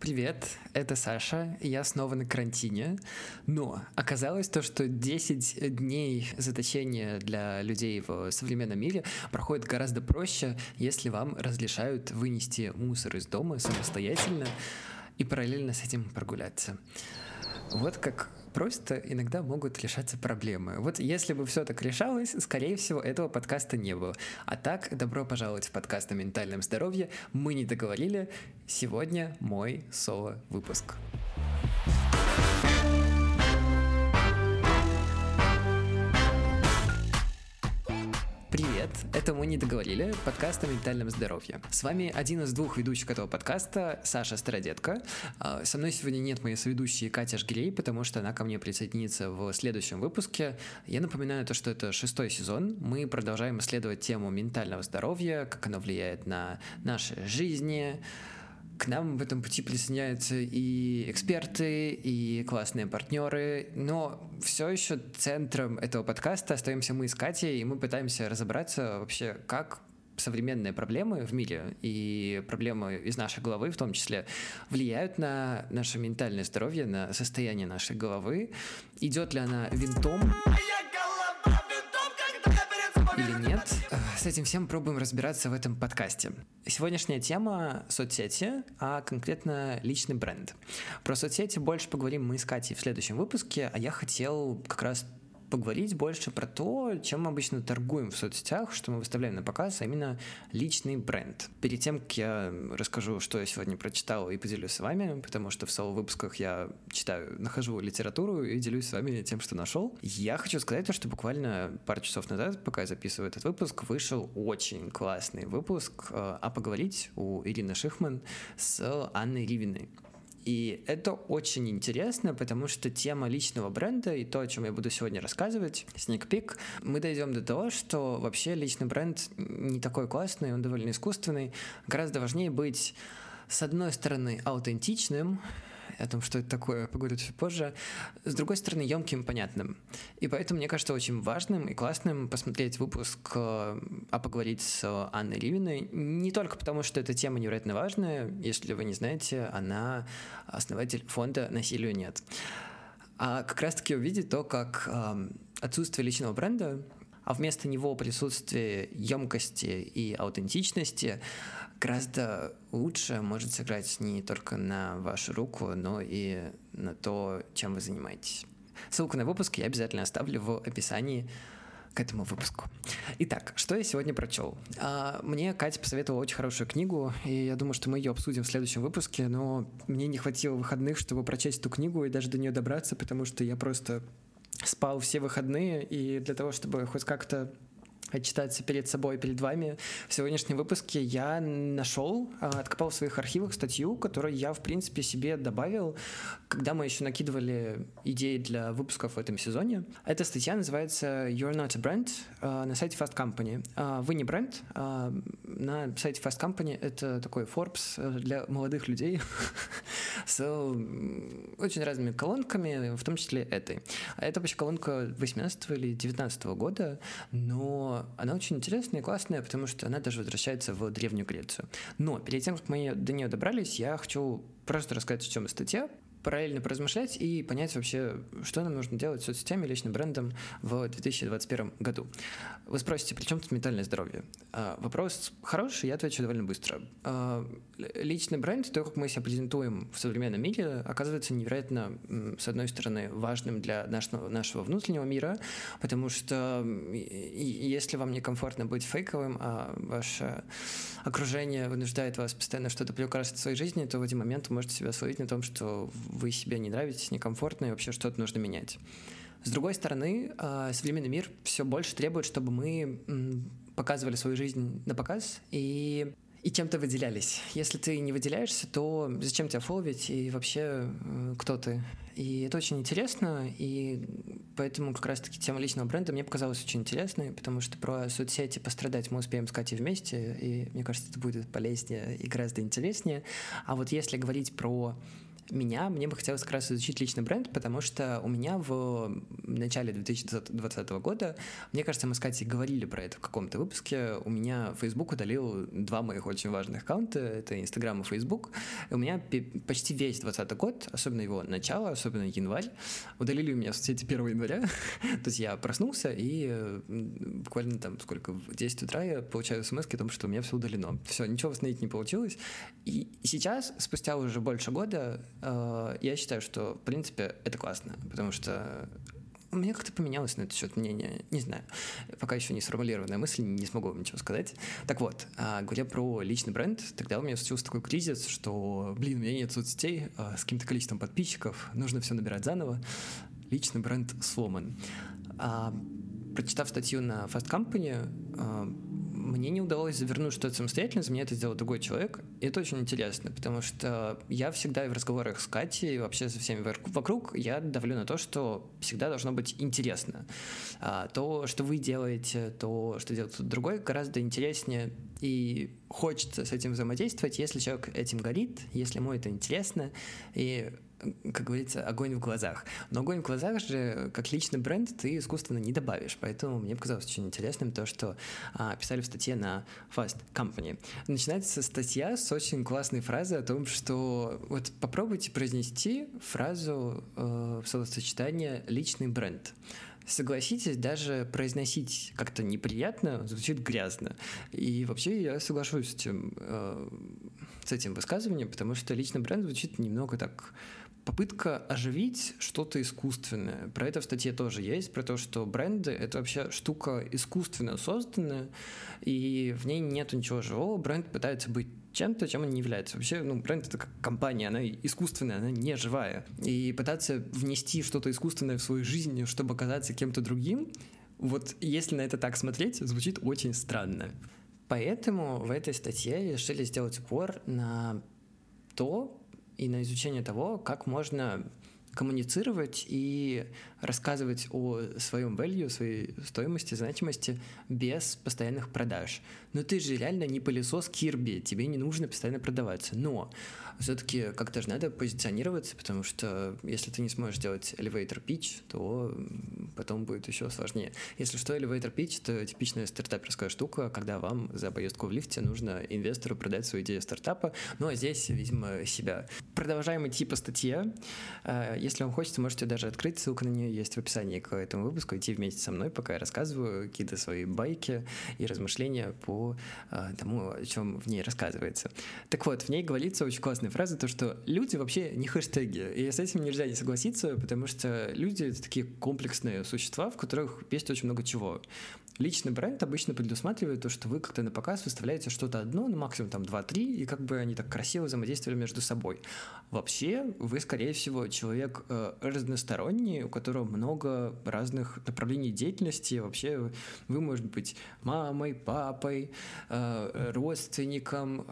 Привет, это Саша, я снова на карантине, но оказалось то, что 10 дней заточения для людей в современном мире проходит гораздо проще, если вам разрешают вынести мусор из дома самостоятельно и параллельно с этим прогуляться. Вот как просто иногда могут решаться проблемы. Вот если бы все так решалось, скорее всего, этого подкаста не было. А так, добро пожаловать в подкаст о ментальном здоровье. Мы не договорили. Сегодня мой соло-выпуск. Привет, это «Мы не договорили», подкаст о ментальном здоровье. С вами один из двух ведущих этого подкаста, Саша Стародетко. Со мной сегодня нет моей соведущей Катя Жгирей, потому что она ко мне присоединится в следующем выпуске. Я напоминаю то, что это 6-й сезон. Мы продолжаем исследовать тему ментального здоровья, как оно влияет на наши жизни. К нам в этом пути присоединяются и эксперты, и классные партнеры, но все еще центром этого подкаста остаемся мы с Катей, и мы пытаемся разобраться вообще, как современные проблемы в мире и проблемы из нашей головы в том числе влияют на наше ментальное здоровье, на состояние нашей головы. Идет ли она винтом или нет? С этим всем пробуем разбираться в этом подкасте. Сегодняшняя тема — соцсети, а конкретно личный бренд. Про соцсети больше поговорим мы с Катей в следующем выпуске, а я хотел как раз поговорить больше про то, чем мы обычно торгуем в соцсетях, что мы выставляем на показ, а именно личный бренд. Перед тем, как я расскажу, что я сегодня прочитал и поделюсь с вами, потому что в соло-выпусках я нахожу литературу и делюсь с вами тем, что нашел, я хочу сказать, что буквально пару часов назад, пока я записываю этот выпуск, вышел очень классный выпуск «А поговорить» у Ирины Шихман с Анной Ривиной. И это очень интересно, потому что тема личного бренда и то, о чем я буду сегодня рассказывать, sneak peek, мы дойдем до того, что вообще личный бренд не такой классный, он довольно искусственный. Гораздо важнее быть, с одной стороны, аутентичным, о том, что это такое, поговорю чуть позже, с другой стороны, емким и понятным. И поэтому, мне кажется, очень важным и классным посмотреть выпуск «А поговорить» с Анной Ривиной, не только потому, что эта тема невероятно важная, если вы не знаете, она основатель фонда «Насилию нет», а как раз-таки увидеть то, как отсутствие личного бренда, а вместо него присутствие емкости и аутентичности гораздо лучше может сыграть не только на вашу руку, но и на то, чем вы занимаетесь. Ссылку на выпуск я обязательно оставлю в описании к этому выпуску. Итак, что я сегодня прочел? Мне Катя посоветовала очень хорошую книгу, и я думаю, что мы ее обсудим в следующем выпуске, но мне не хватило выходных, чтобы прочесть эту книгу и даже до нее добраться, потому что я просто спал все выходные, и для того, чтобы хоть как-то отчитаться перед собой, перед вами, в сегодняшнем выпуске я откопал в своих архивах статью, которую я, в принципе, себе добавил, когда мы еще накидывали идеи для выпусков в этом сезоне. Эта статья называется «You're not a brand» на сайте Fast Company. Вы не бренд. На сайте Fast Company это такой Forbes для молодых людей с очень разными колонками, в том числе этой. Это вообще колонка 18 или 19 года, но она очень интересная и классная, потому что она даже возвращается в Древнюю Грецию. Но перед тем, как мы до нее добрались, я хочу просто рассказать, в чем статья, параллельно поразмышлять и понять вообще, что нам нужно делать с соцсетями и личным брендом в 2021 году. Вы спросите, при чем тут ментальное здоровье? Вопрос хороший, я отвечу довольно быстро. Личный бренд, то, как мы себя презентуем в современном мире, оказывается невероятно, с одной стороны, важным для нашего внутреннего мира, потому что если вам некомфортно быть фейковым, а ваше окружение вынуждает вас постоянно что-то приукрасить в своей жизни, то в эти моменты можете себя словить на том, что вы себе не нравитесь, некомфортно, и вообще что-то нужно менять. С другой стороны, современный мир все больше требует, чтобы мы показывали свою жизнь на показ и чем-то выделялись. Если ты не выделяешься, то зачем тебя фолловить и вообще кто ты? И это очень интересно, и поэтому как раз-таки тема личного бренда мне показалась очень интересной, потому что про соцсети пострадать мы успеем с Катей вместе, и мне кажется, это будет полезнее и гораздо интереснее. А вот если говорить про мне бы хотелось как раз изучить личный бренд, потому что у меня в начале 2020 года, мне кажется, мы с Катей говорили про это в каком-то выпуске, у меня Facebook удалил 2 моих очень важных аккаунта, это Инстаграм и Фейсбук. И у меня почти весь 2020 год, особенно его начало, особенно январь, удалили у меня соцсети 1 января. То есть я проснулся, и буквально там в 10 утра я получаю смс о том, что у меня все удалено. Все, ничего восстановить не получилось. И сейчас, спустя уже больше года, я считаю, что, в принципе, это классно, потому что у меня как-то поменялось на этот счет мнение, не знаю, пока еще не сформулированная мысль, не смогу вам ничего сказать. Так вот, говоря про личный бренд, тогда у меня случился такой кризис, что, у меня нет соцсетей с каким-то количеством подписчиков, нужно все набирать заново, личный бренд сломан. Прочитав статью на Fast Company, мне не удалось завернуть что-то самостоятельно, за меня это сделал другой человек, и это очень интересно, потому что я всегда в разговорах с Катей, вообще со всеми вокруг, я давлю на то, что всегда должно быть интересно. То, что вы делаете, то, что делает кто-то другой, гораздо интереснее, и хочется с этим взаимодействовать, если человек этим горит, если ему это интересно, и, как говорится, огонь в глазах. Но огонь в глазах же, как личный бренд, ты искусственно не добавишь. Поэтому мне показалось очень интересным то, что писали в статье на Fast Company. Начинается статья с очень классной фразы о том, что вот попробуйте произнести фразу в словосочетание «личный бренд». Согласитесь, даже произносить как-то неприятно звучит грязно. И вообще я соглашусь с этим высказыванием, потому что личный бренд звучит немного так... Попытка оживить что-то искусственное. Про это в статье тоже есть, про то, что бренды — это вообще штука искусственно созданная, и в ней нет ничего живого. Бренд пытается быть чем-то, чем он не является. Вообще, бренд — это как компания, она искусственная, она не живая. И пытаться внести что-то искусственное в свою жизнь, чтобы оказаться кем-то другим, вот если на это так смотреть, звучит очень странно. Поэтому в этой статье решили сделать упор на то, и на изучение того, как можно коммуницировать и рассказывать о своем value, своей стоимости, значимости без постоянных продаж. Но ты же реально не пылесос Кирби, тебе не нужно постоянно продаваться. Но все-таки как-то же надо позиционироваться, потому что если ты не сможешь делать elevator pitch, то потом будет еще сложнее. Если что, elevator pitch — это типичная стартаперская штука, когда вам за поездку в лифте нужно инвестору продать свою идею стартапа, ну а здесь, видимо, себя. Продолжаем идти по статье. Если вам хочется, можете даже открыть, ссылка на нее есть в описании к этому выпуску, идти вместе со мной, пока я рассказываю какие-то свои байки и размышления по тому, о чем в ней рассказывается. Так вот, в ней говорится очень классная фраза, то, что люди вообще не хэштеги, и с этим нельзя не согласиться, потому что люди — это такие комплексные существа, в которых есть очень много чего. Личный бренд обычно предусматривает то, что вы как-то на показ выставляете что-то одно, ну максимум там 2-3, и как бы они так красиво взаимодействовали между собой. Вообще, вы, скорее всего, человек разносторонний, у которого много разных направлений деятельности. Вообще, вы, может быть, мамой, папой, родственником,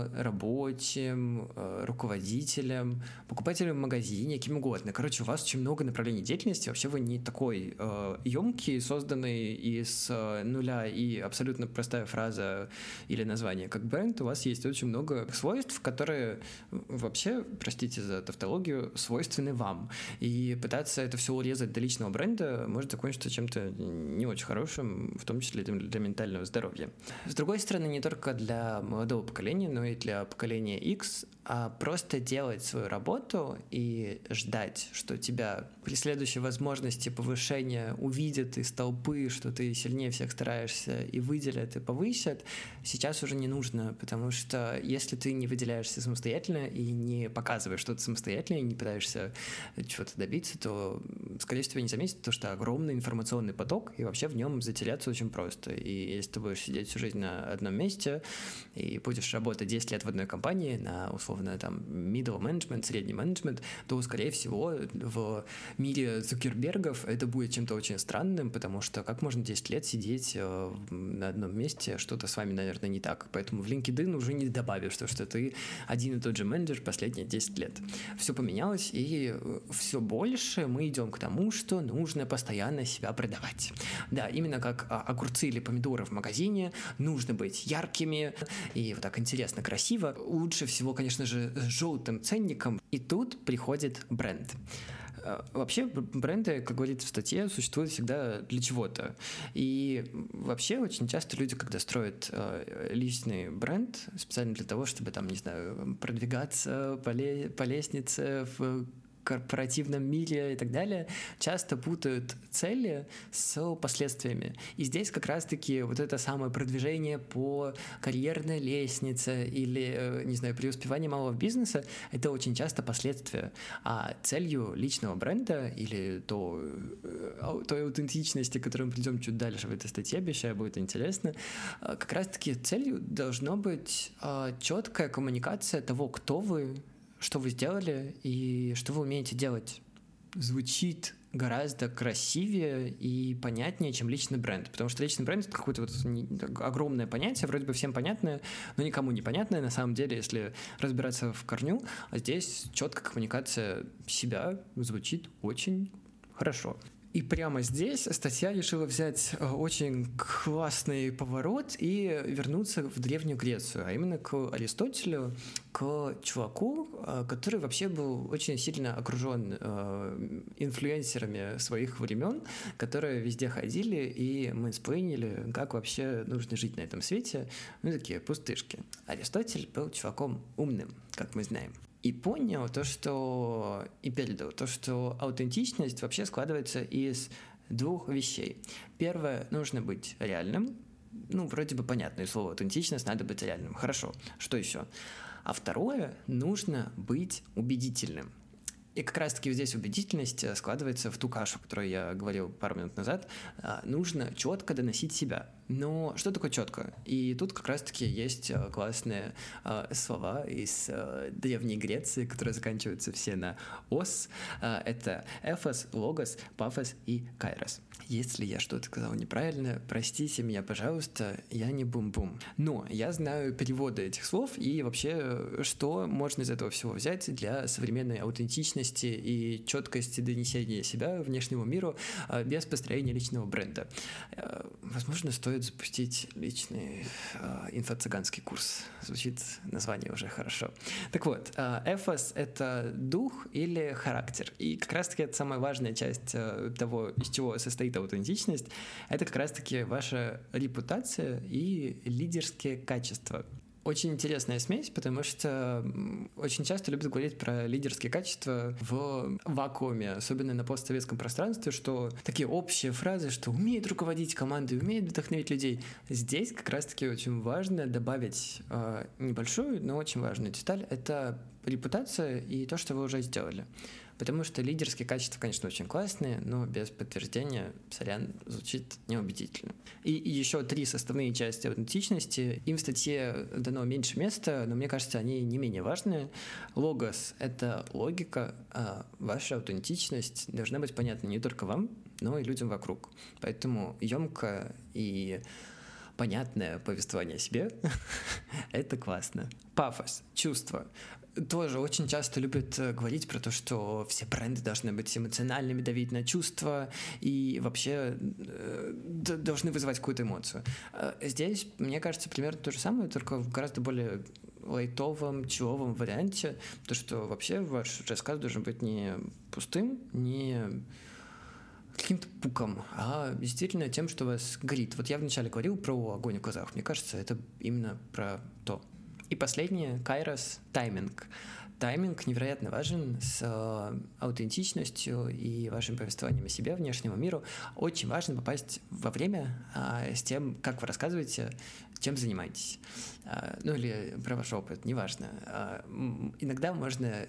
рабочим, руководителем, покупателем в магазине, кем угодно. Короче, у вас очень много направлений деятельности. Вообще, вы не такой емкий, созданный из нуля и абсолютно простая фраза или название как бренд. У вас есть очень много свойств, которые вообще, простите за тавтологию, свойственны вам. И пытаться это все урезать до личного бренда может закончиться чем-то не очень хорошим, в том числе для ментального здоровья. С другой стороны, не только для молодого поколения, но и для поколения X, а просто делать свою работу и ждать, что тебя при следующей возможности повышения увидят из толпы, что ты сильнее всех стараешься и выделят, и повысят, сейчас уже не нужно, потому что если ты не выделяешься самостоятельно и не показываешь что-то самостоятельно, и не пытаешься чего-то добиться, то, скорее всего, не заметят то, что огромный информационный поток, и вообще в нем затеряться очень просто. И если ты будешь сидеть всю жизнь на одном месте и будешь работать 10 лет в одной компании на, условно, там, middle management, средний менеджмент, то, скорее всего, в мире Цукербергов это будет чем-то очень странным, потому что как можно 10 лет сидеть на одном месте, что-то с вами, наверное, не так. Поэтому в LinkedIn уже не добавишь, что ты один и тот же менеджер последние 10 лет. Все поменялось, и все больше мы идем к тому, что нужно постоянно себя продавать. Да, именно как огурцы или помидоры в магазине, нужно быть яркими и вот так интересно, красиво. Лучше всего, конечно же, с желтым ценником. И тут приходит бренд. Вообще бренды, как говорится в статье, существуют всегда для чего-то. И вообще очень часто люди, когда строят личный бренд, специально для того, чтобы там, не знаю, продвигаться по лестнице в корпоративном мире и так далее, часто путают цели с последствиями. И здесь как раз-таки вот это самое продвижение по карьерной лестнице или, не знаю, преуспевание малого бизнеса — это очень часто последствия. А целью личного бренда или той аутентичности, к которой мы придем чуть дальше в этой статье, обещаю, будет интересно, как раз-таки целью должно быть четкая коммуникация того, кто вы, что вы сделали и что вы умеете делать. Звучит гораздо красивее и понятнее, чем личный бренд. Потому что личный бренд — это какое-то вот огромное понятие, вроде бы всем понятное, но никому не понятное на самом деле, если разбираться в корню. А здесь четкая коммуникация себя звучит очень хорошо. И прямо здесь статья решила взять очень классный поворот и вернуться в Древнюю Грецию, а именно к Аристотелю, к чуваку, который вообще был очень сильно окружен инфлюенсерами своих времен, которые везде ходили и мэнсплейнили, как вообще нужно жить на этом свете, ну такие пустышки. Аристотель был чуваком умным, как мы знаем. И понял и передал то, что аутентичность вообще складывается из двух вещей. Первое, нужно быть реальным. Вроде бы понятное слово, аутентичность, надо быть реальным. Хорошо, что еще? А второе, нужно быть убедительным. И как раз-таки здесь убедительность складывается в ту кашу, о которой я говорил пару минут назад. Нужно четко доносить себя. Но что такое четко? И тут как раз-таки есть классные слова из Древней Греции, которые заканчиваются все на «ос». Это «эфос», «логос», «пафос» и «кайрос». Если я что-то сказал неправильно, простите меня, пожалуйста, я не бум-бум. Но я знаю переводы этих слов и вообще, что можно из этого всего взять для современной аутентичности и четкости донесения себя внешнему миру без построения личного бренда. Возможно, стоит запустить личный инфо-цыганский курс. Звучит название уже хорошо. Так вот, эфос — это дух или характер. И как раз-таки это самая важная часть того, из чего состоит аутентичность. Это как раз-таки ваша репутация и лидерские качества. Очень интересная смесь, потому что очень часто любят говорить про лидерские качества в вакууме, особенно на постсоветском пространстве, что такие общие фразы, что умеет руководить командой, умеет вдохновить людей. Здесь как раз-таки очень важно добавить небольшую, но очень важную деталь — это репутация и то, что вы уже сделали. Потому что лидерские качества, конечно, очень классные, но без подтверждения, сорян, звучит неубедительно. И еще 3 составные части аутентичности. Им в статье дано меньше места, но мне кажется, они не менее важные. Логос — это логика, а ваша аутентичность должна быть понятна не только вам, но и людям вокруг. Поэтому емко и понятное повествование о себе — это классно. Пафос, чувство. Тоже очень часто любят говорить про то, что все бренды должны быть эмоциональными, давить на чувства и вообще должны вызывать какую-то эмоцию. Здесь, мне кажется, примерно то же самое, только в гораздо более лайтовом, чиловом варианте, то, что вообще ваш рассказ должен быть не пустым, не каким-то пуком, а действительно тем, что вас горит. Вот я вначале говорил про огонь в глазах, мне кажется, это именно про то. И последнее, кайрос, тайминг. Тайминг невероятно важен с аутентичностью и вашим повествованием о себе, внешнему миру. Очень важно попасть во время с тем, как вы рассказываете, чем занимаетесь. Или про ваш опыт, неважно. Иногда можно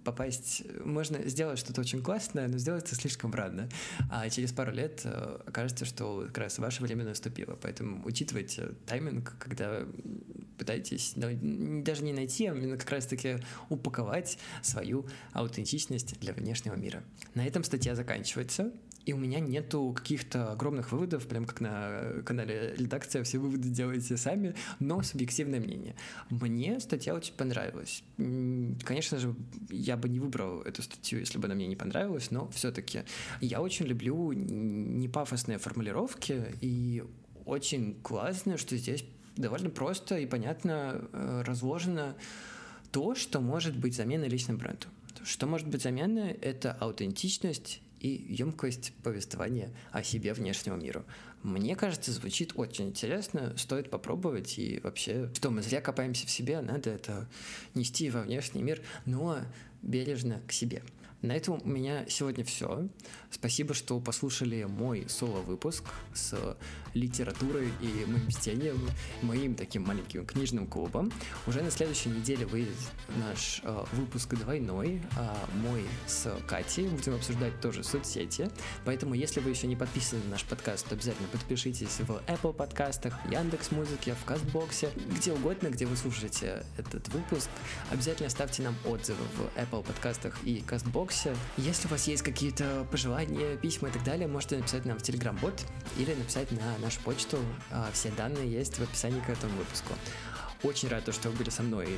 сделать что-то очень классное, но сделать это слишком рано. А через пару лет окажется, что как раз ваше время наступило. Поэтому учитывайте тайминг, когда пытаетесь даже не найти, а именно как раз-таки упаковать свою аутентичность для внешнего мира. На этом статья заканчивается. И у меня нету каких-то огромных выводов, прям как на канале «Редакция», все выводы делаете сами, но субъективное мнение. Мне статья очень понравилась. Конечно же, я бы не выбрал эту статью, если бы она мне не понравилась, но все-таки я очень люблю непафосные формулировки, и очень классно, что здесь довольно просто и понятно разложено то, что может быть заменой личному бренду. Что может быть заменой? Это аутентичность и емкость повествования о себе внешнему миру. Мне кажется, звучит очень интересно, стоит попробовать, и вообще, что мы зря копаемся в себе, надо это нести во внешний мир, но бережно к себе. На этом у меня сегодня все. Спасибо, что послушали мой соло-выпуск с литературой и моим чтением, моим таким маленьким книжным клубом. Уже на следующей неделе выйдет наш выпуск двойной, мой с Катей. Будем обсуждать тоже соцсети. Поэтому, если вы еще не подписаны на наш подкаст, то обязательно подпишитесь в Apple подкастах, Яндекс.Музыке, в Кастбоксе, где угодно, где вы слушаете этот выпуск. Обязательно ставьте нам отзывы в Apple подкастах и Кастбоксе. Если у вас есть какие-то пожелания, письма и так далее, можете написать нам в Telegram-бот или написать на нашу почту. Все данные есть в описании к этому выпуску. Очень рад, что вы были со мной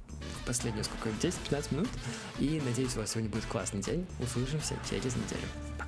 последние 10-15 минут. И надеюсь, у вас сегодня будет классный день. Услышимся через неделю.